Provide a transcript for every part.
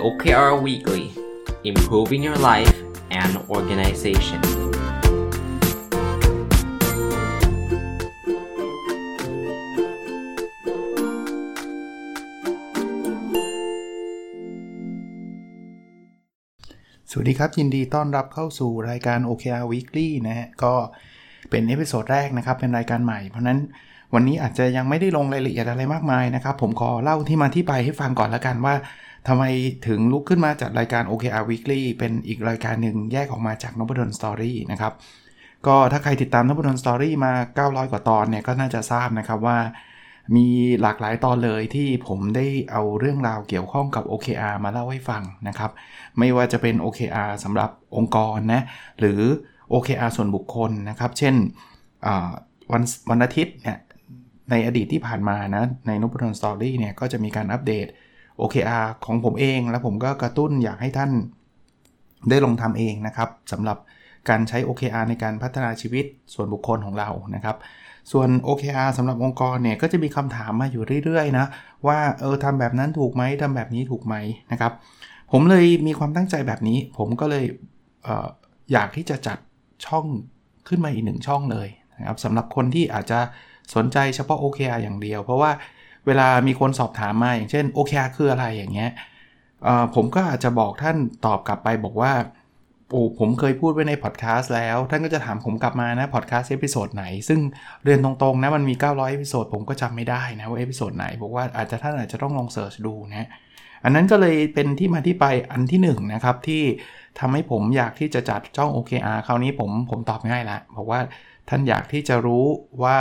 OKR Weekly Improving Your Life and Organization สวัสดีครับยินดีต้อนรับเข้าสู่รายการ OKR Weekly นะฮะก็เป็นเอพิโซดแรกนะครับเป็นรายการใหม่เพราะนั้นวันนี้อาจจะยังไม่ได้ลงรายละเอียดอะไรมากมายนะครับผมขอเล่าที่มาที่ไปให้ฟังก่อนละกันว่าทำไมถึงลุกขึ้นมาจัดรายการ OKR Weekly เป็นอีกรายการหนึ่งแยกออกมาจากนพดล Story นะครับก็ถ้าใครติดตามนพดล Story มา900กว่าตอนเนี่ยก็น่าจะทราบนะครับว่ามีหลากหลายตอนเลยที่ผมได้เอาเรื่องราวเกี่ยวข้องกับ OKR มาเล่าให้ฟังนะครับไม่ว่าจะเป็น OKR สำหรับองค์กรนะหรือ OKR ส่วนบุคคลนะครับเช่นวันอาทิตย์เนี่ยในอดีตที่ผ่านมานะในนพดล Story เนี่ยก็จะมีการอัปเดต OKR ของผมเองแล้วผมก็กระตุ้นอยากให้ท่านได้ลองทำเองนะครับสำหรับการใช้ OKR ในการพัฒนาชีวิตส่วนบุคคลของเรานะครับส่วน OKR สำหรับองค์กรเนี่ยก็จะมีคำถามมาอยู่เรื่อยๆนะว่าทำแบบนั้นถูกไหมทำแบบนี้ถูกไหมนะครับผมเลยมีความตั้งใจแบบนี้ผมก็เลยอยากที่จะจัดช่องขึ้นมาอีก1ช่องเลยนะครับสำหรับคนที่อาจจะสนใจเฉพาะ OKR อย่างเดียวเพราะว่าเวลามีคนสอบถามมาอย่างเช่น OKR คืออะไรอย่างเงี้ยผมก็อาจจะบอกท่านตอบกลับไปบอกว่าผมเคยพูดไว้ในพอดแคสต์แล้วท่านก็จะถามผมกลับมานะพอดแคสต์เอพิโซดไหนซึ่งเรียนตรงๆนะมันมี900เอพิโซดผมก็จำไม่ได้นะว่าเอพิโซดไหนบอกว่าท่านอาจจะต้องลองเสิร์ชดูนะอันนั้นก็เลยเป็นที่มาที่ไปอันที่1นะครับที่ทำให้ผมอยากที่จะจัดช่อง OKR คราวนี้ผมตอบง่ายละบอกว่าท่านอยากที่จะรู้ว่า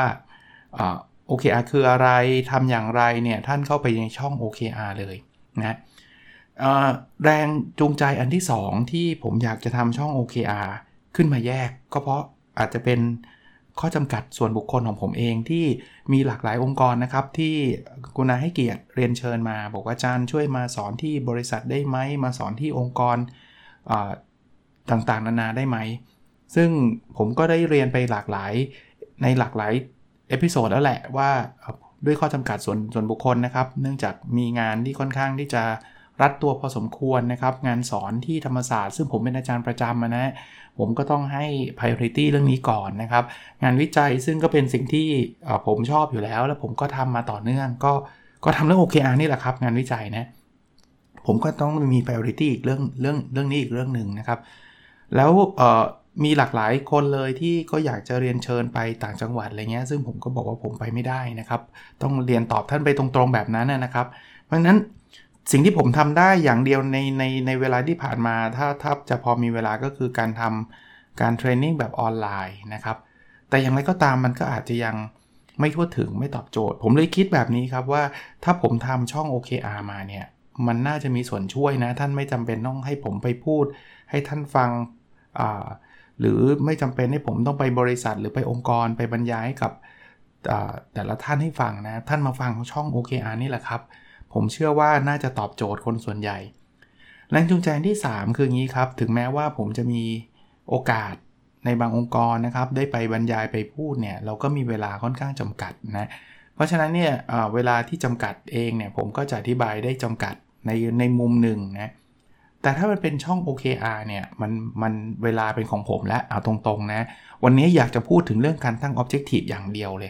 OKR คืออะไรทำอย่างไรเนี่ยท่านเข้าไปในช่อง OKR เลยนะแรงจูงใจอันที่2ที่ผมอยากจะทำช่อง OKR ขึ้นมาแยกก็เพราะอาจจะเป็นข้อจำกัดส่วนบุคคลของผมเองที่มีหลากหลายองค์กรนะครับที่กรุณาให้เกียรติเรียนเชิญมาบอกว่าอาจารย์ช่วยมาสอนที่บริษัทได้ไหมมาสอนที่องค์กรต่างๆนานาได้ไหมซึ่งผมก็ได้เรียนไปหลากหลายในหลากหลายเอพิโซดแล้วแหละว่าด้วยข้อจำกัดส่วนบุคคลนะครับเนื่องจากมีงานที่ค่อนข้างที่จะรัดตัวพอสมควรนะครับงานสอนที่ธรรมศาสตร์ซึ่งผมเป็นอาจารย์ประจำนะผมก็ต้องให้ priority เรื่องนี้ก่อนนะครับงานวิจัยซึ่งก็เป็นสิ่งที่ผมชอบอยู่แล้วแล้วผมก็ทำมาต่อเนื่องก็ทำเรื่อง OKR นี่แหละครับงานวิจัยนะผมก็ต้องมี priority อีกเรื่องนี้อีกเรื่องนึงนะครับแล้วมีหลากหลายคนเลยที่ก็อยากจะเรียนเชิญไปต่างจังหวัดอะไรเงี้ยซึ่งผมก็บอกว่าผมไปไม่ได้นะครับต้องเรียนตอบท่านไปตรงๆแบบนั้นนะครับเพราะฉะนั้นสิ่งที่ผมทำได้อย่างเดียวในเวลาที่ผ่านมาถ้าจะพอมีเวลาก็คือการทำการเทรนนิ่งแบบออนไลน์นะครับแต่อย่างไรก็ตามมันก็อาจจะยังไม่ทั่วถึงไม่ตอบโจทย์ผมเลยคิดแบบนี้ครับว่าถ้าผมทำช่อง OKR มาเนี่ยมันน่าจะมีส่วนช่วยนะท่านไม่จำเป็นต้องให้ผมไปพูดให้ท่านฟังหรือไม่จำเป็นให้ผมต้องไปบริษัทหรือไปองค์กรไปบรรยายให้กับแต่ละท่านให้ฟังนะท่านมาฟังช่อง OKR นี่แหละครับผมเชื่อว่าน่าจะตอบโจทย์คนส่วนใหญ่แรงจูงใจที่3คืออย่างนี้ครับถึงแม้ว่าผมจะมีโอกาสในบางองค์กรนะครับได้ไปบรรยายไปพูดเนี่ยเราก็มีเวลาค่อนข้างจำกัดนะเพราะฉะนั้นเนี่ยเวลาที่จำกัดเองเนี่ยผมก็จะอธิบายได้จำกัดในมุมหนึ่งนะแต่ถ้ามันเป็นช่อง OKR เนี่ยมันเวลาเป็นของผมและเอาตรงๆนะวันนี้อยากจะพูดถึงเรื่องการตั้ง Objective อย่างเดียวเลย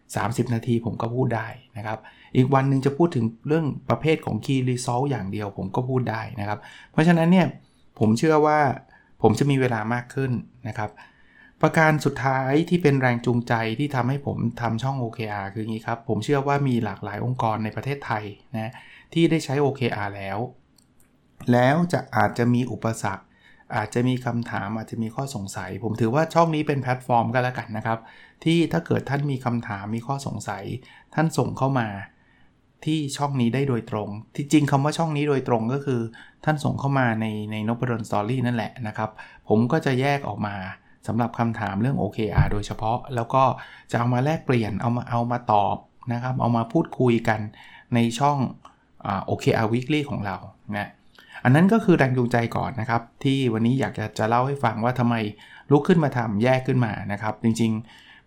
30นาทีผมก็พูดได้นะครับอีกวันนึงจะพูดถึงเรื่องประเภทของ Key Result อย่างเดียวผมก็พูดได้นะครับเพราะฉะนั้นเนี่ยผมเชื่อว่าผมจะมีเวลามากขึ้นนะครับประการสุดท้ายที่เป็นแรงจูงใจที่ทำให้ผมทำช่อง OKR คืออย่างนี้ครับผมเชื่อว่ามีหลากหลายองค์กรในประเทศไทยนะที่ได้ใช้ OKR แล้วอาจจะมีอุปสรรคอาจจะมีคำถามอาจจะมีข้อสงสัยผมถือว่าช่องนี้เป็นแพลตฟอร์มก็แล้วกันนะครับที่ถ้าเกิดท่านมีคำถามมีข้อสงสัยท่านส่งเข้ามาที่ช่องนี้ได้โดยตรงที่จริงคำว่าช่องนี้โดยตรงก็คือท่านส่งเข้ามาในนพดล Story นั่นแหละนะครับผมก็จะแยกออกมาสำหรับคำถามเรื่อง OKR โดยเฉพาะแล้วก็จะเอามาแลกเปลี่ยนเอามาตอบนะครับเอามาพูดคุยกันในช่องOKR Weekly ของเรานะอันนั้นก็คือแรงจูงใจก่อนนะครับที่วันนี้อยากจะเล่าให้ฟังว่าทำไมลุกขึ้นมาทำแยกขึ้นมานะครับจริงๆ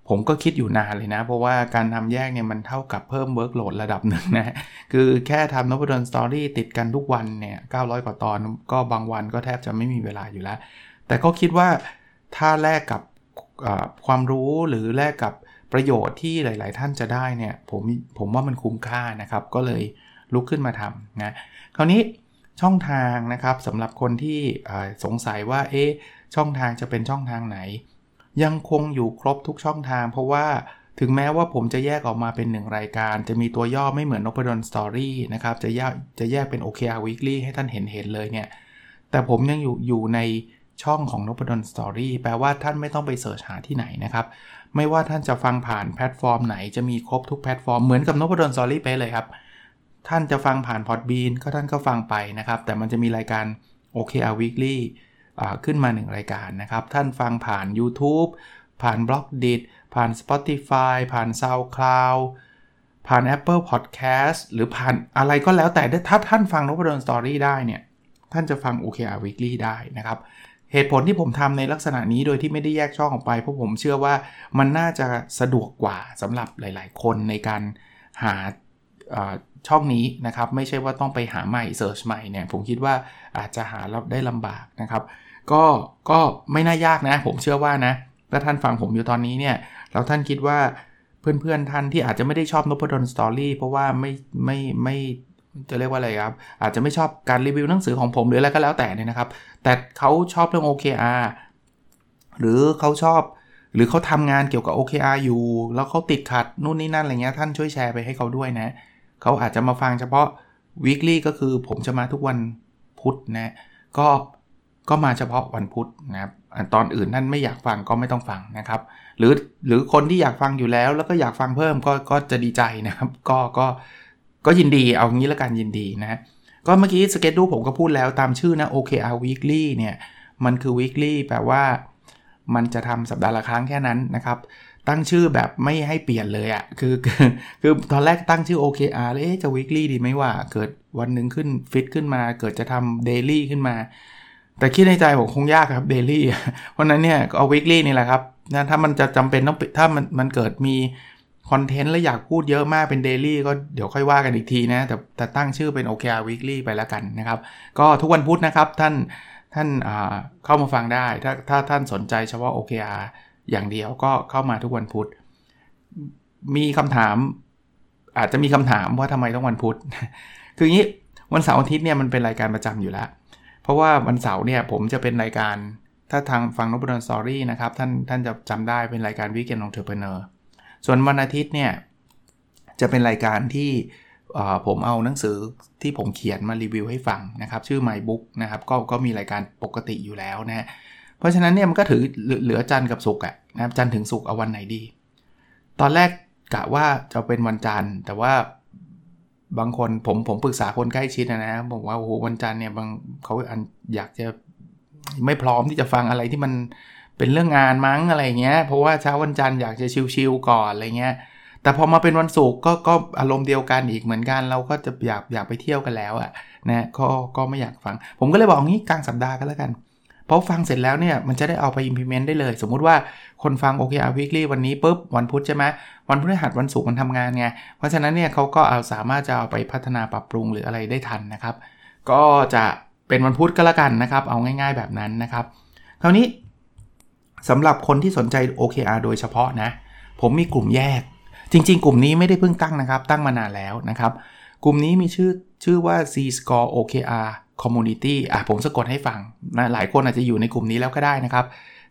ผมก็คิดอยู่นานเลยนะเพราะว่าการทำแยกเนี่ยมันเท่ากับเพิ่มเวิร์กโหลดระดับหนึ่งนะคือแค่ทำนพดลสตอรี่ติดกันทุกวันเนี่ย900กว่าตอนก็บางวันก็แทบจะไม่มีเวลาอยู่แล้วแต่ก็คิดว่าถ้าแลกกับความรู้หรือแลกกับประโยชน์ที่หลายๆท่านจะได้เนี่ยผมว่ามันคุ้มค่านะครับก็เลยลุกขึ้นมาทำนะคราวนี้ช่องทางนะครับสำหรับคนที่สงสัยว่าช่องทางจะเป็นช่องทางไหนยังคงอยู่ครบทุกช่องทางเพราะว่าถึงแม้ว่าผมจะแยกออกมาเป็น1รายการจะมีตัวย่อไม่เหมือนนพดลสตอรี่นะครับจะแยกเป็น OKR Weekly ให้ท่านเห็นเลยเนี่ยแต่ผมยังอยู่ในช่องของนพดลสตอรี่แปลว่าท่านไม่ต้องไปเสิร์ชหาที่ไหนนะครับไม่ว่าท่านจะฟังผ่านแพลตฟอร์มไหนจะมีครบทุกแพลตฟอร์มเหมือนกับนพดลสตอรี่ไปเลยครับท่านจะฟังผ่าน Podbean ก็ท่านก็ฟังไปนะครับแต่มันจะมีรายการ OKR Weeklyขึ้นมา1รายการนะครับท่านฟังผ่าน YouTube ผ่าน Blogdit ผ่าน Spotify ผ่าน SoundCloud ผ่าน Apple Podcast หรือผ่านอะไรก็แล้วแต่ถ้าท่านฟังนพดลสตอรี่ได้เนี่ยท่านจะฟัง OKR Weekly ได้นะครับเหตุผลที่ผมทำในลักษณะนี้โดยที่ไม่ได้แยกช่องออกไปเพราะผมเชื่อว่ามันน่าจะสะดวกกว่าสำหรับหลายๆคนในการหาช่องนี้นะครับไม่ใช่ว่าต้องไปหาใหม่เสิร์ชใหม่เนี่ยผมคิดว่าอาจจะหาได้ลำบากนะครับก็ไม่น่ายากนะผมเชื่อว่านะถ้าท่านฟังผมอยู่ตอนนี้เนี่ยแล้วท่านคิดว่าเพื่อนๆท่านที่อาจจะไม่ได้ชอบนพดลสตอรี่เพราะว่าไม่จะเรียกว่าอะไรครับอาจจะไม่ชอบการรีวิวหนังสือของผมหรืออะไรก็แล้วแต่เนี่ยนะครับแต่เขาชอบเรื่อง OKR หรือเขาชอบหรือเขาทำงานเกี่ยวกับ OKR อยู่แล้วเขาติดขัดนู่นนี่นั่นอะไรเงี้ยท่านช่วยแชร์ไปให้เขาด้วยนะเขาอาจจะมาฟังเฉพาะ weekly ก็คือผมจะมาทุกวันพุธนะก็มาเฉพาะวันพุธนะครับตอนอื่นท่านไม่อยากฟังก็ไม่ต้องฟังนะครับหรือคนที่อยากฟังอยู่แล้วก็อยากฟังเพิ่มก็จะดีใจนะครับก็ยินดีเอางี้ละกันยินดีนะก็เมื่อกี้สเกจดูผมก็พูดแล้วตามชื่อนะ OKR Weekly เนี่ยมันคือ Weekly แปลว่ามันจะทำสัปดาห์ละครั้งแค่นั้นนะครับตั้งชื่อแบบไม่ให้เปลี่ยนเลยอะคือตอนแรกตั้งชื่อ OKR แล้วจะ Weekly ดีไหมว่าเกิดวันนึงขึ้นฟิตขึ้นมาเกิดจะทำ Daily ขึ้นมาแต่คิดในใจผมคงยากครับ Daily เพราะนั้นเนี่ยเอา Weekly นี่แหละครับนะถ้ามันจะจำเป็นต้องถ้ามันเกิดมีคอนเทนต์แล้วอยากพูดเยอะมากเป็น Daily ก็เดี๋ยวค่อยว่ากันอีกทีนะแต่ตั้งชื่อเป็น OKR Weekly ไปแล้วกันนะครับก็ทุกวันพุธนะครับท่านเข้ามาฟังได้ถ้าท่านสนใจเฉพาะ OKR อย่างเดียวก็เข้ามาทุกวันพุธมีคำถามอาจจะมีคำถามว่าทำไมต้องวันพุธ คืออย่างนี้วันเสาร์อาทิตย์เนี่ยมันเป็นรายการประจำอยู่แล้วเพราะว่าวันเสาร์เนี่ยผมจะเป็นรายการถ้าทางฟังนพดลสตอรี่นะครับท่านจะจำได้เป็นรายการ Weekend Entrepreneur ส่วนวันอาทิตย์เนี่ยจะเป็นรายการที่ผมเอาหนังสือที่ผมเขียนมารีวิวให้ฟังนะครับชื่อ My Book นะครับก็มีรายการปกติอยู่แล้วนะเพราะฉะนั้นเนี่ยมันก็ถือเหลือจันทร์กับศุกร์นะครับจันทร์ถึงศุกร์เอาวันไหนดีตอนแรกกะว่าจะเป็นวันจันทร์แต่ว่าบางคนผมปรึกษาคนใกล้ชิดนะบอกว่าโอ้โหวันจันทร์เนี่ยเขาอยากจะไม่พร้อมที่จะฟังอะไรที่มันเป็นเรื่องงานมั้งอะไรเงี้ยเพราะว่าเช้าวันจันทร์อยากจะชิลๆก่อนอะไรเงี้ยแต่พอมาเป็นวันศุกร์ก็อารมณ์เดียวกันอีกเหมือนกันเราก็จะอยากไปเที่ยวกันแล้วอ่ะนะก็ไม่อยากฟังผมก็เลยบอกงี้กลางสัปดาห์ก็แล้วกันเพราะฟังเสร็จแล้วเนี่ยมันจะได้เอาไป implement ได้เลยสมมุติว่าคนฟัง OKR Weekly วันนี้ปุ๊บวันพุธใช่ไหมวันพฤหัสวันศุกร์มันทำงานไงเพราะฉะนั้นเนี่ยเขาก็สามารถจะเอาไปพัฒนาปรับปรุงหรืออะไรได้ทันนะครับก็จะเป็นวันพุธก็แล้วกันนะครับเอาง่ายๆแบบนั้นนะครับคราวนี้สำหรับคนที่สนใจ OKR โดยเฉพาะนะผมมีกลุ่มแยกจริงๆกลุ่มนี้ไม่ได้เพิ่งตั้งนะครับตั้งมานานแล้วนะครับกลุ่มนี้มีชื่อว่า C-Score OKR Community ผมสะกดให้ฟังนะหลายคนอาจจะอยู่ในกลุ่มนี้แล้วก็ได้นะครับ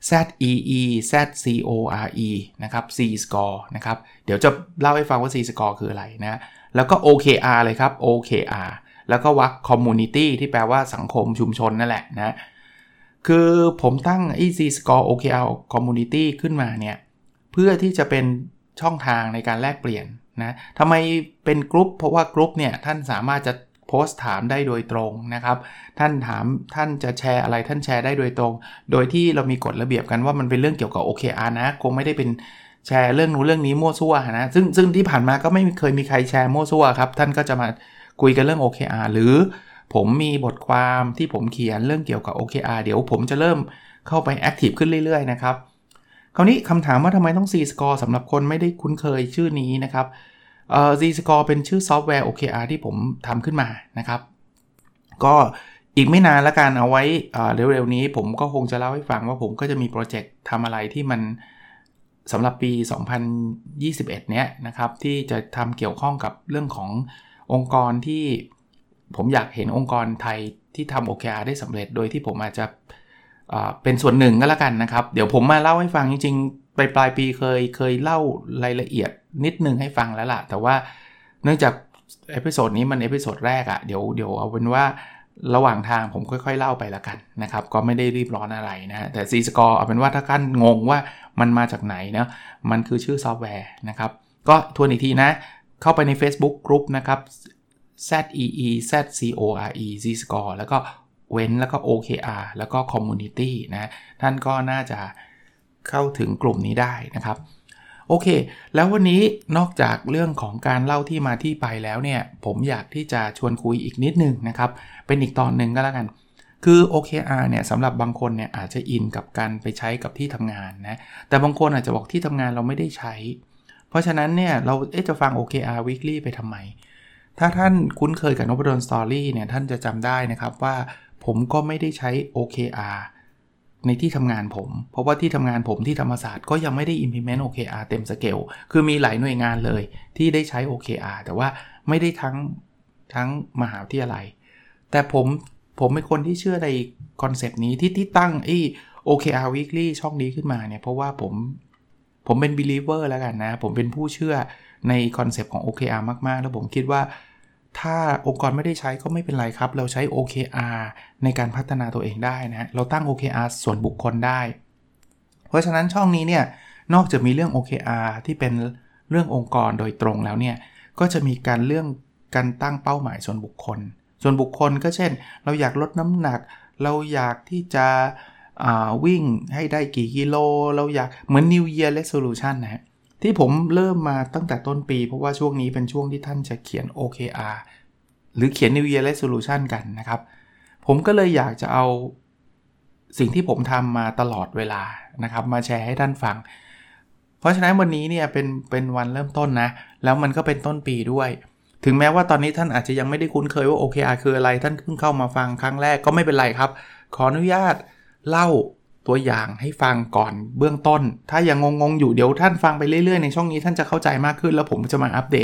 ZEEZCORE นะครับ C-Score นะครับเดี๋ยวจะเล่าให้ฟังว่า C-Score คืออะไรนะแล้วก็ OKR เลยครับ OKR แล้วก็วรรค Community ที่แปลว่าสังคมชุมชนนั่นแหละนะคือผมตั้ง C-Score OKR Community ขึ้นมาเนี่ยเพื่อที่จะเป็นช่องทางในการแลกเปลี่ยนนะทำไมเป็นกรุ๊ปเพราะว่ากรุ๊ปเนี่ยท่านสามารถจะโพสต์ถามได้โดยตรงนะครับท่านถามท่านจะแชร์อะไรท่านแชร์ได้โดยตรงโดยที่เรามีกฎระเบียบกันว่ามันเป็นเรื่องเกี่ยวกับ OKR นะคงไม่ได้เป็นแชร์เรื่องนู้นเรื่องนี้มั่วซั่วนะซึ่งที่ผ่านมาก็ไม่เคยมีใครแชร์มั่วซั่วครับท่านก็จะมาคุยกันเรื่อง OKR หรือผมมีบทความที่ผมเขียนเรื่องเกี่ยวกับ OKR เดี๋ยวผมจะเริ่มเข้าไปแอคทีฟขึ้นเรื่อยๆนะครับคราวนี้คำถามว่าทำไมต้อง Z-Score สำหรับคนไม่ได้คุ้นเคยชื่อนี้นะครับZ-Score เป็นชื่อซอฟต์แวร์ OKR ที่ผมทำขึ้นมานะครับก็อีกไม่นานแล้วกันเอาไว้เร็วๆนี้ผมก็คงจะเล่าให้ฟังว่าผมก็จะมีโปรเจกต์ทำอะไรที่มันสำหรับปี 2021 เนี้ยนะครับที่จะทำเกี่ยวข้องกับเรื่องขององค์กรที่ผมอยากเห็นองค์กรไทยที่ทำ OKR ได้สำเร็จโดยที่ผมอาจจะเป็นส่วนหนึ่งก็แล้วกันนะครับเดี๋ยวผมมาเล่าให้ฟังจริงๆปลายปีเคยเล่ารายละเอียดนิดนึงให้ฟังแล้วล่ะแต่ว่าเนื่องจากเอพิโซดนี้มันเอพิโซดแรกเดี๋ยวเอาเป็นว่าระหว่างทางผมค่อยๆเล่าไปละกันนะครับก็ไม่ได้รีบร้อนอะไรนะแต่ Z-Score เอาเป็นว่าถ้าท่านงงว่ามันมาจากไหนนะมันคือชื่อซอฟต์แวร์นะครับก็ทวนอีกทีนะเข้าไปใน Facebook Group นะครับ ZEEZCORE Z-Score แล้วก็เว้นแล้วก็ OKR แล้วก็ Community นะท่านก็น่าจะเข้าถึงกลุ่มนี้ได้นะครับโอเคแล้ววันนี้นอกจากเรื่องของการเล่าที่มาที่ไปแล้วเนี่ยผมอยากที่จะชวนคุยอีกนิดนึงนะครับเป็นอีกตอนนึงก็แล้วกันคือ OKR เนี่ยสำหรับบางคนเนี่ยอาจจะอินกับการไปใช้กับที่ทำงานนะแต่บางคนอาจจะบอกที่ทำงานเราไม่ได้ใช้เพราะฉะนั้นเนี่ยเราจะฟัง OKR Weekly ไปทำไมถ้าท่านคุ้นเคยกับนพดล Story เนี่ยท่านจะจำได้นะครับว่าผมก็ไม่ได้ใช้ OKR ในที่ทำงานผมเพราะว่าที่ทำงานผมที่ธรรมศาสตร์ก็ยังไม่ได้ implement OKR เต็มสเกลคือมีหลายหน่วยงานเลยที่ได้ใช้ OKR แต่ว่าไม่ได้ทั้งมหาวิทยาลัยแต่ผมเป็นคนที่เชื่อในคอนเซปต์นี้ที่ตั้งOKR Weekly ช่องนี้ขึ้นมาเนี่ยเพราะว่าผมเป็น believer แล้วกันนะผมเป็นผู้เชื่อในคอนเซปต์ของ OKR มากๆแล้วผมคิดว่าถ้าองค์กรไม่ได้ใช้ก็ไม่เป็นไรครับเราใช้ OKR ในการพัฒนาตัวเองได้นะเราตั้ง OKR ส่วนบุคคลได้เพราะฉะนั้นช่องนี้เนี่ยนอกจากมีเรื่อง OKR ที่เป็นเรื่ององค์กรโดยตรงแล้วเนี่ยก็จะมีเรื่องการตั้งเป้าหมายส่วนบุคคลก็เช่นเราอยากลดน้ำหนักเราอยากที่จะวิ่งให้ได้กี่กิโลเราอยากเหมือน New Year Resolution นะที่ผมเริ่มมาตั้งแต่ต้นปีเพราะว่าช่วงนี้เป็นช่วงที่ท่านจะเขียน OKR หรือเขียน New Year Resolution กันนะครับผมก็เลยอยากจะเอาสิ่งที่ผมทำมาตลอดเวลานะครับมาแชร์ให้ท่านฟังเพราะฉะนั้นวันนี้เนี่ยเป็นวันเริ่มต้นนะแล้วมันก็เป็นต้นปีด้วยถึงแม้ว่าตอนนี้ท่านอาจจะยังไม่ได้คุ้นเคยว่า OKR คืออะไรท่านเพิ่งเข้ามาฟังครั้งแรกก็ไม่เป็นไรครับขออนุญาตเล่าตัวอย่างให้ฟังก่อนเบื้องต้นถ้ายังงงอยู่เดี๋ยวท่านฟังไปเรื่อยๆในช่องนี้ท่านจะเข้าใจมากขึ้นแล้วผมจะมาอัปเดต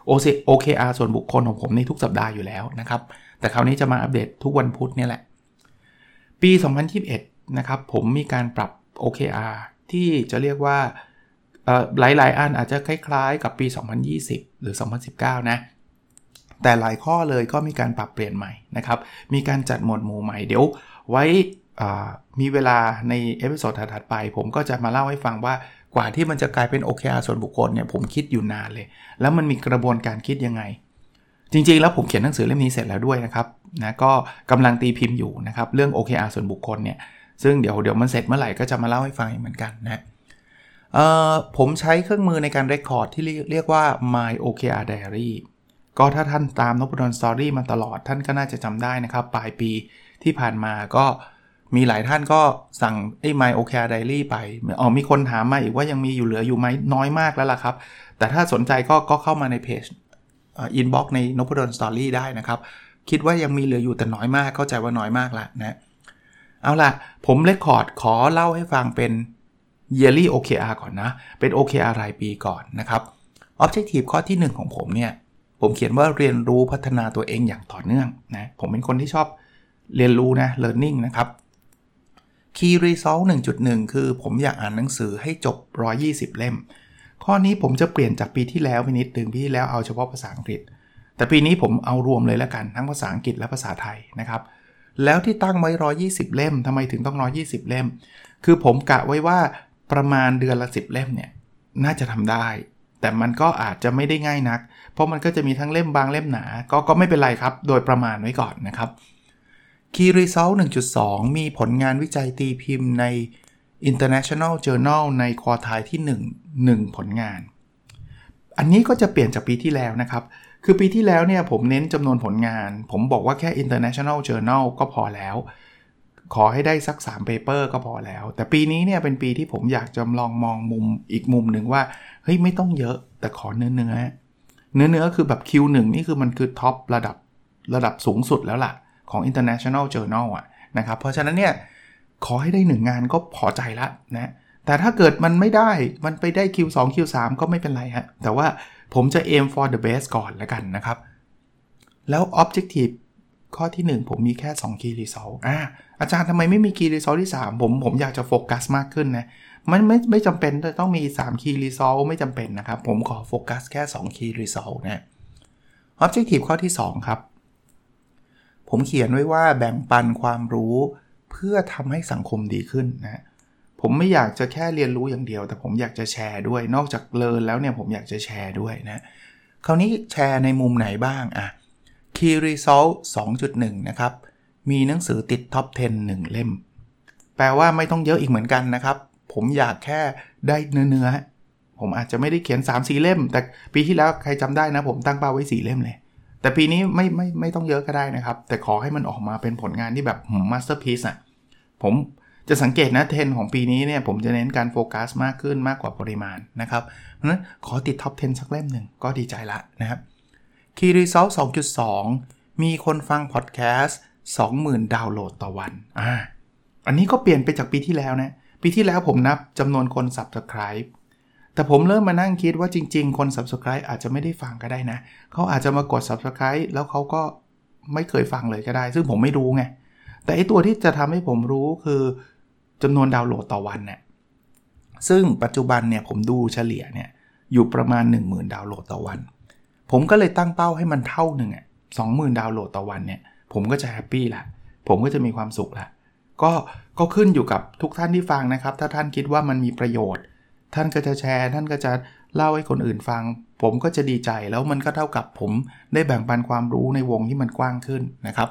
OKR ส่วนบุคคลของผมในทุกสัปดาห์อยู่แล้วนะครับแต่คราวนี้จะมาอัปเดตทุกวันพุธเนี่ยแหละปี 2021 นะครับผมมีการปรับ OKR ที่จะเรียกว่าหลายๆอันอาจจะคล้ายๆกับปี 2020 หรือ 2019 นะแต่หลายข้อเลยก็มีการปรับเปลี่ยนใหม่นะครับมีการจัดหมวดหมู่ใหม่เดี๋ยวไว้มีเวลาในเอพิโซดถัดๆไปผมก็จะมาเล่าให้ฟังว่ากว่าที่มันจะกลายเป็น OKR ส่วนบุคคลเนี่ยผมคิดอยู่นานเลยแล้วมันมีกระบวนการคิดยังไงจริงๆแล้วผมเขียนหนังสือเล่มนี้เสร็จแล้วด้วยนะครับนะก็กำลังตีพิมพ์อยู่นะครับเรื่อง OKR ส่วนบุคคลเนี่ยซึ่งเดี๋ยวมันเสร็จเมื่อไหร่ก็จะมาเล่าให้ฟังเหมือนกันนะผมใช้เครื่องมือในการเรคคอร์ดที่เรียกว่า My OKR Diary ก็ถ้าท่านตามนพดล Story มาตลอดท่านก็น่าจะจำได้นะครับปลายปีที่ผ่านมาก็มีหลายท่านก็สั่งMy OKR Diary ไปมีคนถามมาอีกว่ายังมีอยู่เหลืออยู่ไหมน้อยมากแล้วล่ะครับแต่ถ้าสนใจก็เข้ามาในเพจinbox ในนพดล Story ได้นะครับคิดว่ายังมีเหลืออยู่แต่น้อยมากเข้าใจว่าน้อยมากละนะเอาล่ะผมเรคคอร์ดขอเล่าให้ฟังเป็น yearly OKR ก่อนนะเป็น OKR รายปีก่อนนะครับ objective ข้อที่1ของผมเนี่ยผมเขียนว่าเรียนรู้พัฒนาตัวเองอย่างต่อเนื่องนะผมเป็นคนที่ชอบเรียนรู้นะ learning นะครับ key result 1.1 คือผมอยากอ่านหนังสือให้จบ120เล่มข้อนี้ผมจะเปลี่ยนจากปีที่แล้วไปนิดนึงปีที่แล้วเอาเฉพาะภาษาอังกฤษแต่ปีนี้ผมเอารวมเลยแล้วกันทั้งภาษาอังกฤษและภาษาไทยนะครับแล้วที่ตั้งไว้120เล่มทำไมถึงต้อง120เล่มคือผมกะไว้ว่าประมาณเดือนละ10เล่มเนี่ยน่าจะทำได้แต่มันก็อาจจะไม่ได้ง่ายนักเพราะมันก็จะมีทั้งเล่มบางเล่มหนาก็ไม่เป็นไรครับโดยประมาณไว้ก่อนนะครับ Key Result 1.2 มีผลงานวิจัยตีพิมพ์ใน International Journal ในควอไทล์ที่1ผลงานอันนี้ก็จะเปลี่ยนจากปีที่แล้วนะครับคือปีที่แล้วเนี่ยผมเน้นจำนวนผลงานผมบอกว่าแค่ International Journal ก็พอแล้วขอให้ได้สัก3 paper ก็พอแล้วแต่ปีนี้เนี่ยเป็นปีที่ผมอยากจะลองมองมุมอีกมุมหนึ่งว่าเฮ้ยไม่ต้องเยอะแต่ขอเนื้อคือแบบ Q1 นี่คือมันคือท็อประดับสูงสุดแล้วล่ะของ International Journal อ่ะนะครับเพราะฉะนั้นเนี่ยขอให้ได้1งานก็พอใจละนะแต่ถ้าเกิดมันไม่ได้มันไปได้ Q2 Q3 ก็ไม่เป็นไรฮะแต่ว่าผมจะ aim for the best ก่อนแล้วกันนะครับแล้ว objective ข้อที่1ผมมีแค่2 key result อาจารย์ทำไมไม่มี key result ที่3ผมอยากจะโฟกัสมากขึ้นนะมันไม่จำเป็นต้องมี3 key result ไม่จำเป็นนะครับผมขอโฟกัสแค่2 key result นะ objective ข้อที่2ครับผมเขียนไว้ว่าแบ่งปันความรู้เพื่อทำให้สังคมดีขึ้นนะผมไม่อยากจะแค่เรียนรู้อย่างเดียวแต่ผมอยากจะแชร์ด้วยนอกจากเรียนแล้วเนี่ยผมอยากจะแชร์ด้วยนะคราวนี้แชร์ในมุมไหนบ้างKey Result 2.1 นะครับมีหนังสือติดท็อป 10 1 เล่มแปลว่าไม่ต้องเยอะอีกเหมือนกันนะครับผมอยากแค่ได้เนื้อผมอาจจะไม่ได้เขียน 3-4 เล่มแต่ปีที่แล้วใครจำได้นะผมตั้งเป้าไว้4 เล่มเลยแต่ปีนี้ไม่ต้องเยอะก็ได้นะครับแต่ขอให้มันออกมาเป็นผลงานที่แบบmasterpiece ผมจะสังเกตนะเทรนด์ของปีนี้เนี่ยผมจะเน้นการโฟกัสมากขึ้นมากกว่าปริมาณนะครับเพราะฉะนั้นขอติดท็อป 10 สักเล่มหนึ่งก็ดีใจละนะครับKey Result 2.2 มีคนฟังพอดแคสต์ 20,000 ดาวน์โหลดต่อวันอันนี้ก็เปลี่ยนไปจากปีที่แล้วนะปีที่แล้วผมนับจำนวนคน Subscribe แต่ผมเริ่มมานั่งคิดว่าจริงๆคน Subscribe อาจจะไม่ได้ฟังก็ได้นะเขาอาจจะมากด Subscribe แล้วเขาก็ไม่เคยฟังเลยก็ได้ซึ่งผมไม่รู้ไงแต่ไอ้ตัวที่จะทำให้ผมรู้คือจำนวนดาวน์โหลดต่อวันเนี่ยซึ่งปัจจุบันเนี่ยผมดูเฉลี่ยเนี่ยอยู่ประมาณ 10,000 ดาวน์โหลดต่อวันผมก็เลยตั้งเป้าให้มันเท่านึง20,000 ดาวน์โหลดต่อวันเนี่ยผมก็จะแฮปปี้ละผมก็จะมีความสุขละก็ขึ้นอยู่กับทุกท่านที่ฟังนะครับถ้าท่านคิดว่ามันมีประโยชน์ท่านก็จะแชร์ท่านก็จะเล่าให้คนอื่นฟังผมก็จะดีใจแล้วมันก็เท่ากับผมได้แบ่งปันความรู้ในวงที่มันกว้างขึ้นนะครับ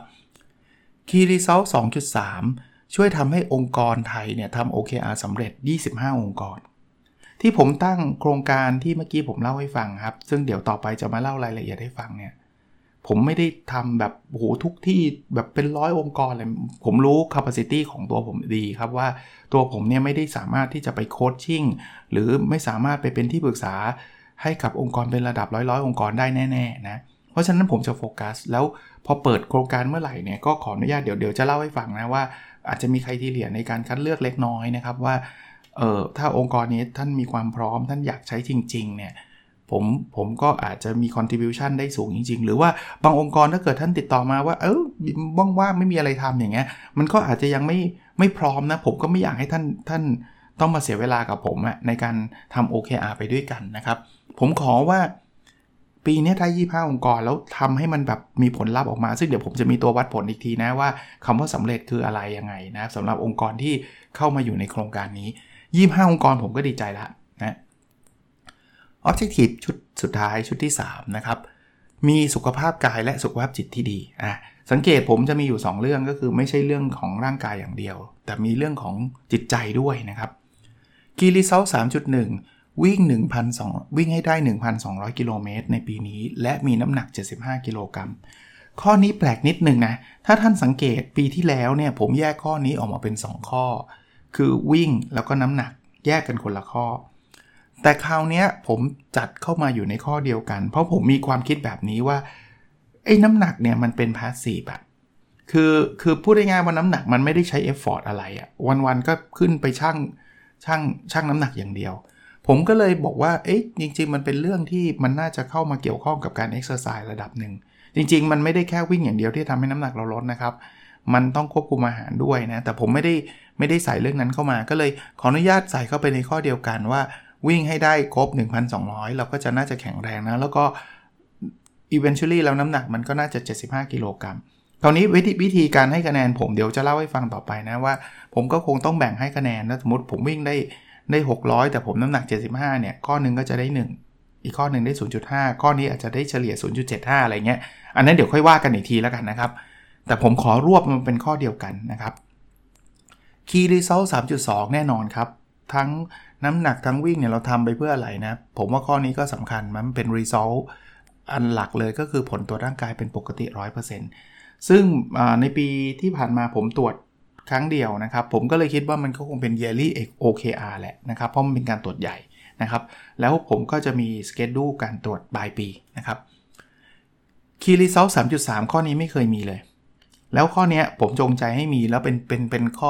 Key Result 2.3 ช่วยทำให้องค์กรไทยเนี่ยทำ OKR สำเร็จ25 องค์กรที่ผมตั้งโครงการที่เมื่อกี้ผมเล่าให้ฟังครับซึ่งเดี๋ยวต่อไปจะมาเล่ารายละเอียดให้ฟังเนี่ยผมไม่ได้ทำแบบโอ้โหทุกที่แบบเป็น100 องค์กรเลยผมรู้ capacity ของตัวผมดีครับว่าตัวผมเนี่ยไม่ได้สามารถที่จะไปโคชชิ่งหรือไม่สามารถไปเป็นที่ปรึกษาให้กับองค์กรเป็นระดับ100 องค์กรได้แน่ๆนะเพราะฉะนั้นผมจะโฟกัสแล้วพอเปิดโครงการเมื่อไหร่เนี่ยก็ขออนุญาตเดี๋ยวจะเล่าให้ฟังนะว่าอาจจะมีใครที่เหลือในการคัดเลือกเล็กน้อยนะครับว่าถ้าองค์กรนี้ท่านมีความพร้อมท่านอยากใช้จริงๆเนี่ยผมก็อาจจะมี contribution ได้สูงจริงๆหรือว่าบางองค์กรถ้าเกิดท่านติดต่อมาว่าว่างๆไม่มีอะไรทำอย่างเงี้ยมันก็อาจจะยังไม่พร้อมนะผมก็ไม่อยากให้ท่านต้องมาเสียเวลากับผมในการทำ OKR ไปด้วยกันนะครับผมขอว่าปีนี้ถ้า25 องค์กรแล้วทำให้มันแบบมีผลลัพธ์ออกมาซึ่งเดี๋ยวผมจะมีตัววัดผลอีกทีนะว่าคำว่าสำเร็จคืออะไรยังไงนะสำหรับองค์กรที่เข้ามาอยู่ในโครงการนี้25 องค์กรผมก็ดีใจแล้วนะ Objective ชุดสุดท้ายชุดที่3นะครับมีสุขภาพกายและสุขภาพจิตที่ดีสังเกตผมจะมีอยู่2เรื่องก็คือไม่ใช่เรื่องของร่างกายอย่างเดียวแต่มีเรื่องของจิตใจด้วยนะครับ Key Result 3.1 วิ่งให้ได้ 1,200 กิโลเมตรในปีนี้และมีน้ำหนัก75 กิโลกรัมข้อนี้แปลกนิดนึงนะถ้าท่านสังเกตปีที่แล้วเนี่ยผมแยกข้อนี้ออกมาเป็น2ข้อคือวิ่งแล้วก็น้ำหนักแยกกันคนละข้อแต่คราวนี้ผมจัดเข้ามาอยู่ในข้อเดียวกันเพราะผมมีความคิดแบบนี้ว่าไอ้น้ำหนักเนี่ยมันเป็นพาสซีฟคือพูดง่ายๆว่าน้ำหนักมันไม่ได้ใช้เอฟฟอร์ตอะไรวันๆก็ขึ้นไปชั่งน้ำหนักอย่างเดียวผมก็เลยบอกว่าจริงๆมันเป็นเรื่องที่มันน่าจะเข้ามาเกี่ยวข้องกับการเอ็กซ์ไซส์ระดับหนึ่งจริงๆมันไม่ได้แค่วิ่งอย่างเดียวที่ทำให้น้ำหนักเราลดนะครับมันต้องควบคุมอาหารด้วยนะแต่ผมไม่ได้ใส่เรื่องนั้นเข้ามาก็เลยขออนุญาตใส่เข้าไปในข้อเดียวกันว่าวิ่งให้ได้ครบ 1,200 เราก็จะน่าจะแข็งแรงนะแล้วก็ eventually แล้วน้ำหนักมันก็น่าจะ75 กิโลกรัมคราวนี้วิธีการให้คะแนนผมเดี๋ยวจะเล่าให้ฟังต่อไปนะว่าผมก็คงต้องแบ่งให้คะแนนนะสมมติผมวิ่งได้600แต่ผมน้ำหนัก75เนี่ยข้อนึงก็จะได้1อีกข้อนึงได้ 0.5 ข้อนี้อาจจะได้เฉลี่ย 0.75 อะไรเงี้ยอันนั้นเดี๋ยวค่อยว่ากันอีกทีแล้วกันนะครับแต่ผมขอรวบมันเป็นข้อเดียวกันนะครับ Key Result 3.2 แน่นอนครับทั้งน้ำหนักทั้งวิ่งเนี่ยเราทำไปเพื่ออะไรนะผมว่าข้อนี้ก็สำคัญมันเป็น Result อันหลักเลยก็คือผลตรวจร่างกายเป็นปกติ 100% ซึ่งในปีที่ผ่านมาผมตรวจครั้งเดียวนะครับผมก็เลยคิดว่ามันก็คงเป็น yearly OKR แหละนะครับเพราะมันเป็นการตรวจใหญ่นะครับแล้วผมก็จะมี schedule การตรวจปลายปีนะครับ Key Result 3.3 ข้อนี้ไม่เคยมีเลยแล้วข้อนี้ผมจงใจให้มีแล้วเป็นข้อ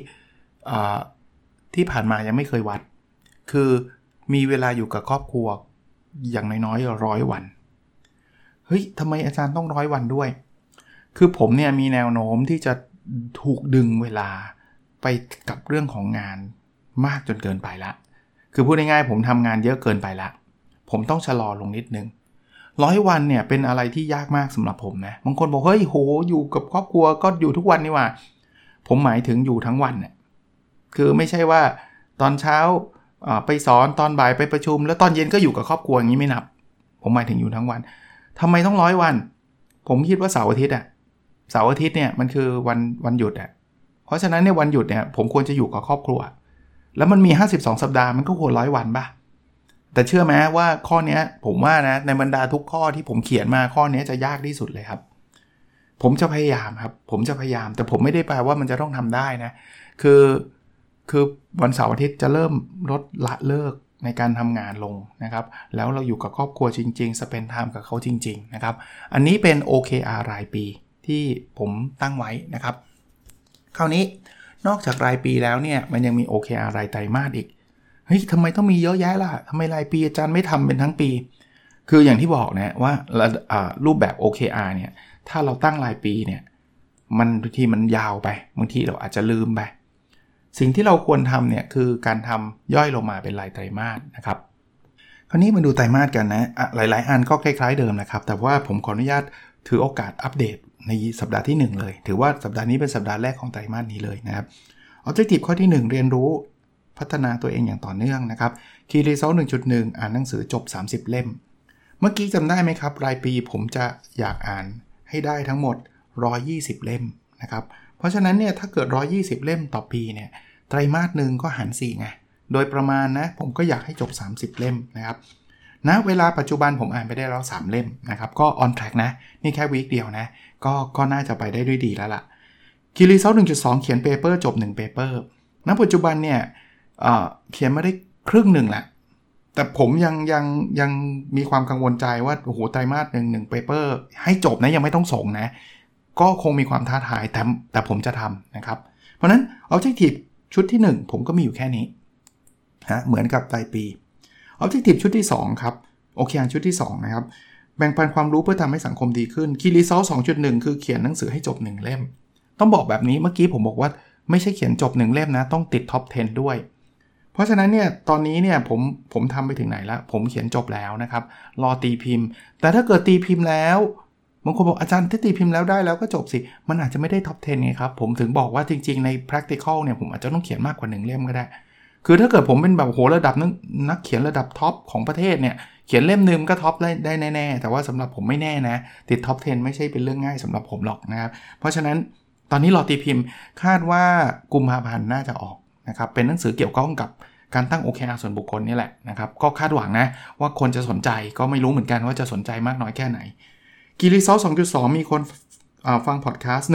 ที่ผ่านมายังไม่เคยวัดคือมีเวลาอยู่กับครอบครัวอย่างน้อยๆ100 วันเฮ้ยทำไมอาจารย์ต้อง100 วันด้วยคือผมเนี่ยมีแนวโน้มที่จะถูกดึงเวลาไปกับเรื่องของงานมากจนเกินไปละคือพูดง่ายๆผมทำงานเยอะเกินไปละผมต้องชะลอลงนิดนึง100 วันเนี่ยเป็นอะไรที่ยากมากสำหรับผมนะบางคนบอกเฮ้ยโหอยู่กับครอบครัวก็อยู่ทุกวันนี่หว่าผมหมายถึงอยู่ทั้งวันเนี่ยคือไม่ใช่ว่าตอนเช้าไปสอนตอนบ่ายไปประชุมแล้วตอนเย็นก็อยู่กับครอบครัวอย่างนี้ไม่นับผมหมายถึงอยู่ทั้งวันทำไมต้อง100 วันผมคิดว่าเสาร์อาทิตย์เนี่ยมันคือวันหยุดเพราะฉะนั้นในวันหยุดเนี่ยผมควรจะอยู่กับครอบครัวแล้วมันมี52 สัปดาห์มันก็ควร100 วันป่ะแต่เชื่อไหมว่าข้อนี้ผมว่านะในบรรดาทุกข้อที่ผมเขียนมาข้อนี้จะยากที่สุดเลยครับผมจะพยายามครับผมจะพยายามแต่ผมไม่ได้แปลว่ามันจะต้องทำได้นะคือวันเสาร์อาทิตย์จะเริ่มลดละเลิกในการทำงานลงนะครับแล้วเราอยู่กับครอบครัวจริงๆ spend time กับเขาจริงๆนะครับอันนี้เป็น OKR รายปีที่ผมตั้งไว้นะครับคราวนี้นอกจากรายปีแล้วเนี่ยมันยังมี OKR รายไตรมาสอีกเฮ้ยทำไมต้องมีเยอะแยะล่ะทำไมรายปีอาจารย์ไม่ทำเป็นทั้งปีคืออย่างที่บอกนะว่ารูปแบบ OKR เนี่ยถ้าเราตั้งรายปีเนี่ยมันบางทีมันยาวไปบางทีเราอาจจะลืมไปสิ่งที่เราควรทำเนี่ยคือการทำย่อยลงมาเป็นรายไตรมาสนะครับคราวนี้มาดูไตรมาสกันนะหลายๆอันก็คล้ายๆเดิมนะครับแต่ว่าผมขออนุญาตถือโอกาสอัปเดตในสัปดาห์ที่1เลยถือว่าสัปดาห์นี้เป็นสัปดาห์แรกของไตรมาสนี้เลยนะครับ Objective ข้อที่1เรียนรู้พัฒนาตัวเองอย่างต่อเนื่องนะครับ Key Result 1.1 อ่านหนังสือจบ30 เล่มเมื่อกี้จำได้ไหมครับรายปีผมจะอยากอ่านให้ได้ทั้งหมด120 เล่มนะครับเพราะฉะนั้นเนี่ยถ้าเกิด120 เล่มต่อปีเนี่ยไตรมาสนึงก็หาร4ไงโดยประมาณนะผมก็อยากให้จบ30 เล่มนะครับณเวลาปัจจุบันผมอ่านไปได้แล้ว3 เล่มนะครับก็ on track นะนี่แค่วีคเดียวนะก็น่าจะไปได้ด้วยดีแล้วล่ะ Key Result 1.2 เขียนเปเปอร์จบ1เปเปอร์ณปัจจุบันเนี่ยเขียนมาได้ครึ่งหนึ่งละแต่ผมยังมีความกังวลใจว่าโอ้โหไตรมาส1เปเปอร์ให้จบนะยังไม่ต้องส่งนะก็คงมีความท้าทายแต่ผมจะทำนะครับเพราะนั้น Objective ชุดที่1ผมก็มีอยู่แค่นี้เหมือนกับรายปี Objective ชุดที่2ครับโอเคชุดที่2นะครับแบ่งปันความรู้เพื่อทำให้สังคมดีขึ้น Key Result 2.1 คือเขียนหนังสือให้จบ1เล่มต้องบอกแบบนี้เมื่อกี้ผมบอกว่าไม่ใช่เขียนจบ1เล่มนะต้องติดท็อป 10 ด้วยเพราะฉะนั้นเนี่ยตอนนี้เนี่ยผมทำไปถึงไหนแล้วผมเขียนจบแล้วนะครับรอตีพิมพ์แต่ถ้าเกิดตีพิมพ์แล้วบางคนบอกอาจารย์ที่ตีพิมพ์แล้วได้แล้วก็จบสิมันอาจจะไม่ได้ท็อป 10ไงครับผมถึงบอกว่าจริงๆใน practical เนี่ยผมอาจจะต้องเขียนมากกว่า1เล่มก็ได้คือถ้าเกิดผมเป็นแบบโหระดับนักเขียนระดับท็อปของประเทศเนี่ยเขียนเล่มนึงก็ท็อปได้แน่ๆแต่ว่าสำหรับผมไม่แน่นะติดท็อป 10ไม่ใช่เป็นเรื่องง่ายสำหรับผมหรอกนะครับเพราะฉะนั้นตอนนี้รอตีพิมพ์คาดว่ากุมภาพันธ์น่าจะออกนะครับเป็นหนังสือเกี่ยวข้องกับการตั้ง OKR ส่วนบุคคลนี่แหละนะครับก็คาดหวังนะว่าคนจะสนใจก็ไม่รู้เหมือนกันว่าจะสนใจมากน้อยแค่ไหน Key Result 2.2 มีคนฟังพอดแคสต์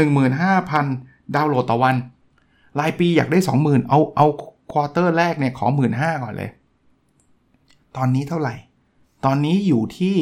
15,000 ดาวน์โหลดต่อวันรายปีอยากได้ 20,000 เอาควอเตอร์แรกเนี่ยขอ 15,000 ก่อนเลยตอนนี้เท่าไหร่ตอนนี้อยู่ที่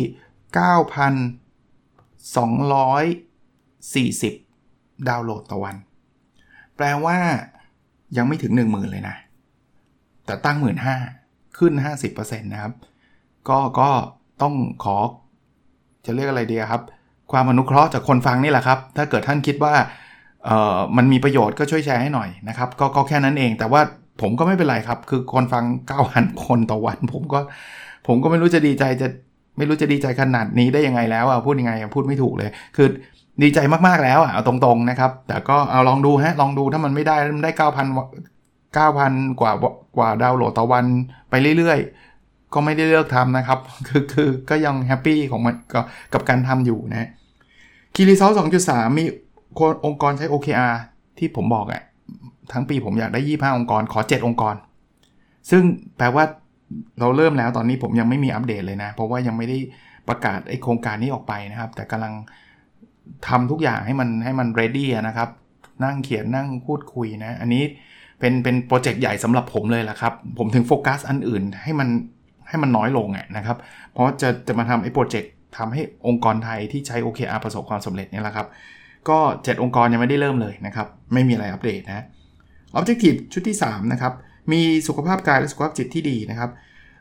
9,240 ดาวน์โหลดต่อวันแปลว่ายังไม่ถึง 10,000 เลยนะแต่ตั้ง 15,000 ขึ้น 50% นะครับก็ต้องขอจะเรียกอะไรดีครับความอนุเคราะห์จากคนฟังนี่แหละครับถ้าเกิดท่านคิดว่ามันมีประโยชน์ก็ช่วยแชร์ให้หน่อยนะครับก็แค่นั้นเองแต่ว่าผมก็ไม่เป็นไรครับคือคนฟัง 9,000 คนต่อวันผมก็ไม่รู้จะดีใจขนาดนี้ได้ยังไงแล้วพูดยังไงพูดไม่ถูกเลยคือดีใจมากๆแล้วเอาตรงๆนะครับแต่ก็เอาลองดูลองดูถ้ามันไม่ได้มันได้ 9,000 กว่าดาวน์โหลดต่อวันไปเรื่อยๆก็ไม่ได้เลิกทำนะครับคือก็ยังแฮปปี้ของมันกับการทำอยู่นะ Key Result 2.3 มีองค์กรใช้ OKR ที่ผมบอกทั้งปีผมอยากได้25องค์กรขอ7องค์กรซึ่งแปลว่าเราเริ่มแล้วตอนนี้ผมยังไม่มีอัปเดตเลยนะเพราะว่ายังไม่ได้ประกาศไอ้โครงการนี้ออกไปนะครับแต่กำลังทำทุกอย่างให้มัน ready นะครับนั่งเขียนนั่งพูดคุยนะอันนี้เป็นโปรเจกต์ใหญ่สำหรับผมเลยล่ะครับผมถึงโฟกัสอันอื่นให้มันน้อยลงนะครับเพราะจะมาทำไอ้โปรเจกต์ทำให้องค์กรไทยที่ใช้ OKR ประสบความสำเร็จเนี่ยแหละครับก็7องค์กรยังไม่ได้เริ่มเลยนะครับไม่มีอะไรอัปเดตนะ Objective ชุดที่3นะครับมีสุขภาพกายและสุขภาพจิตที่ดีนะครับ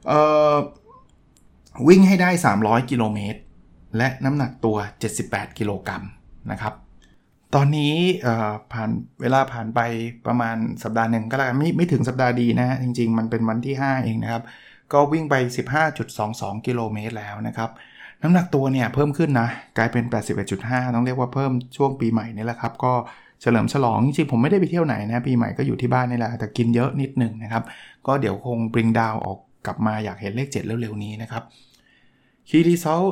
วิ่งให้ได้300กิโลเมตรและน้ำหนักตัว78กิโลกรัมนะครับตอนนี้เวลาผ่านไปประมาณสัปดาห์หนึ่งก็แล้วกันไม่ถึงสัปดาห์ดีนะจริงๆมันเป็นวันที่5เองนะครับก็วิ่งไป 15.22 กิโลเมตรแล้วนะครับน้ำหนักตัวเนี่ยเพิ่มขึ้นนะกลายเป็น 81.5 ต้องเรียกว่าเพิ่มช่วงปีใหม่นี่แหละครับก็เฉลิมฉลองจริงๆผมไม่ได้ไปเที่ยวไหนนะปีใหม่ก็อยู่ที่บ้านนี่แหละแต่กินเยอะนิดนึงนะครับก็เดี๋ยวคง bring down ออกกลับมาอยากเห็นเลข7เร็วๆนี้นะครับKey Result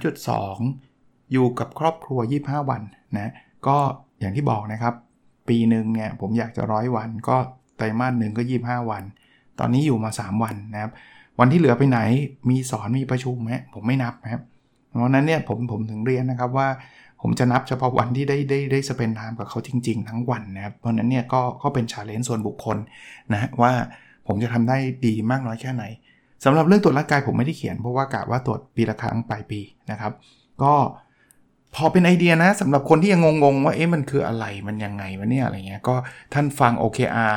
3.2 อยู่กับครอบครัว25วันนะก็อย่างที่บอกนะครับปีนึงเนี่ยผมอยากจะ100วันก็ไตรมาสนึงก็25วันตอนนี้อยู่มา3วันนะครับวันที่เหลือไปไหนมีสอนมีประชุมไหมผมไม่นับนะครับเพราะนั้นเนี่ยผมถึงเรียนนะครับว่าผมจะนับเฉพาะวันที่ได้สเปนไทม์กับเขาจริงๆทั้งวันนะครับเพราะนั้นเนี่ยก็เป็น challenge ส่วนบุคคลนะว่าผมจะทำได้ดีมากน้อยแค่ไหนสำหรับเรื่องตรวจร่างกายผมไม่ได้เขียนเพราะว่ากะว่าตรวจปีละครั้งปลายปีนะครับก็พอเป็นไอเดียนะสำหรับคนที่ยังงงว่ามันคืออะไรมันยังไงวะเนี่ยอะไรเงี้ยก็ท่านฟัง OKR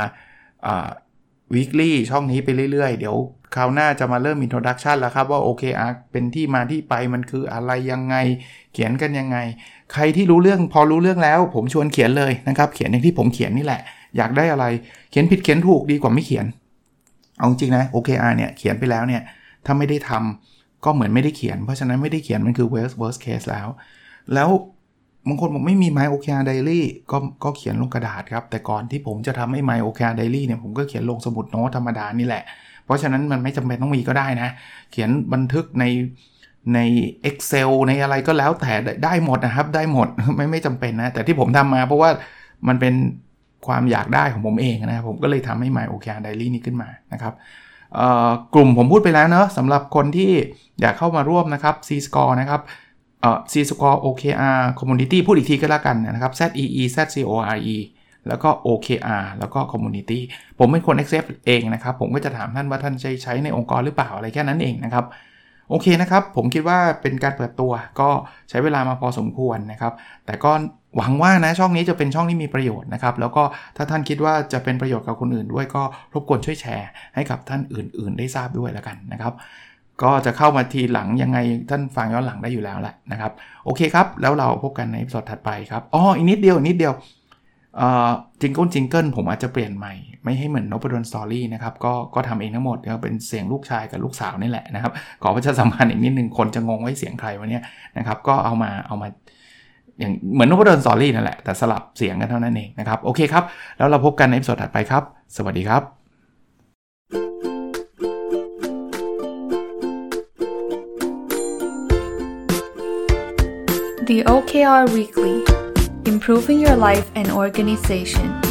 weekly ช่องนี้ไปเรื่อยๆเดี๋ยวคราวหน้าจะมาเริ่ม introduction แล้วครับว่า OKR เป็นที่มาที่ไปมันคืออะไรยังไงเขียนกันยังไงใครที่รู้เรื่องพอรู้เรื่องแล้วผมชวนเขียนเลยนะครับเขียนอย่างที่ผมเขียนนี่แหละอยากได้อะไรเขียนผิดเขียนถูกดีกว่าไม่เขียนเอาจริงนะ OKR เนี่ยเขียนไปแล้วเนี่ยถ้าไม่ได้ทำก็เหมือนไม่ได้เขียนเพราะฉะนั้นไม่ได้เขียนมันคือ worst case แล้วบางคนบอกไม่มี My OKR Diary ก็เขียนลงกระดาษครับแต่ก่อนที่ผมจะทำให้ My OKR Diary เนี่ยผมก็เขียนลงสมุดโน้ตธรรมดานี่แหละเพราะฉะนั้นมันไม่จำเป็นต้องมีก็ได้นะเขียนบันทึกใน Excel ในอะไรก็แล้วแต่ได้หมดนะครับได้หมดไม่จำเป็นนะแต่ที่ผมทำมาเพราะว่ามันเป็นความอยากได้ของผมเองนะผมก็เลยทำให้ My OKR Diary นี้ขึ้นมานะครับกลุ่มผมพูดไปแล้วเนอะสำหรับคนที่อยากเข้ามาร่วมนะครับ C-Score นะครับC-Score OKR Community พูดอีกทีก็แล้วกันนะครับ ZEEZCORE แล้วก็ OKR แล้วก็ Community ผมเป็นคน accept เองนะครับผมก็จะถามท่านว่าท่านใช้ในองค์กรหรือเปล่าอะไรแค่นั้นเองนะครับโอเคนะครับผมคิดว่าเป็นการเปิดตัวก็ใช้เวลามาพอสมควรนะครับแต่ก็หวังว่านะช่องนี้จะเป็นช่องที่มีประโยชน์นะครับแล้วก็ถ้าท่านคิดว่าจะเป็นประโยชน์กับคนอื่นด้วยก็รบกวนช่วยแชร์ให้กับท่านอื่นๆได้ทราบด้วยแล้วกันนะครับก็จะเข้ามาทีหลังยังไงท่านฟังย้อนหลังได้อยู่แล้วแหละนะครับโอเคครับแล้วเราพบกันในอีพิโซดถัดไปครับอีกนิดเดียวจิงเกิลผมอาจจะเปลี่ยนใหม่ไม่ให้เหมือนนพดลสตอรี่นะครับก็ทำเองทั้งหมดก็เป็นเสียงลูกชายกับลูกสาวนี่แหละนะครับขอประชาสัมพันธ์อีกนิดนึงคนจะงงว่าเสียงใครวะเนี่ยนะครับก็เอามาอย่างเหมือนนพดลสตอรี่นั่นแหละแต่สลับเสียงกันเท่านั้นเองนะครับโอเคครับแล้วเราพบกันในอีพิโซดถัดไปครับสวัสดีครับ The OKR Weekly, Improving Your Life and Organization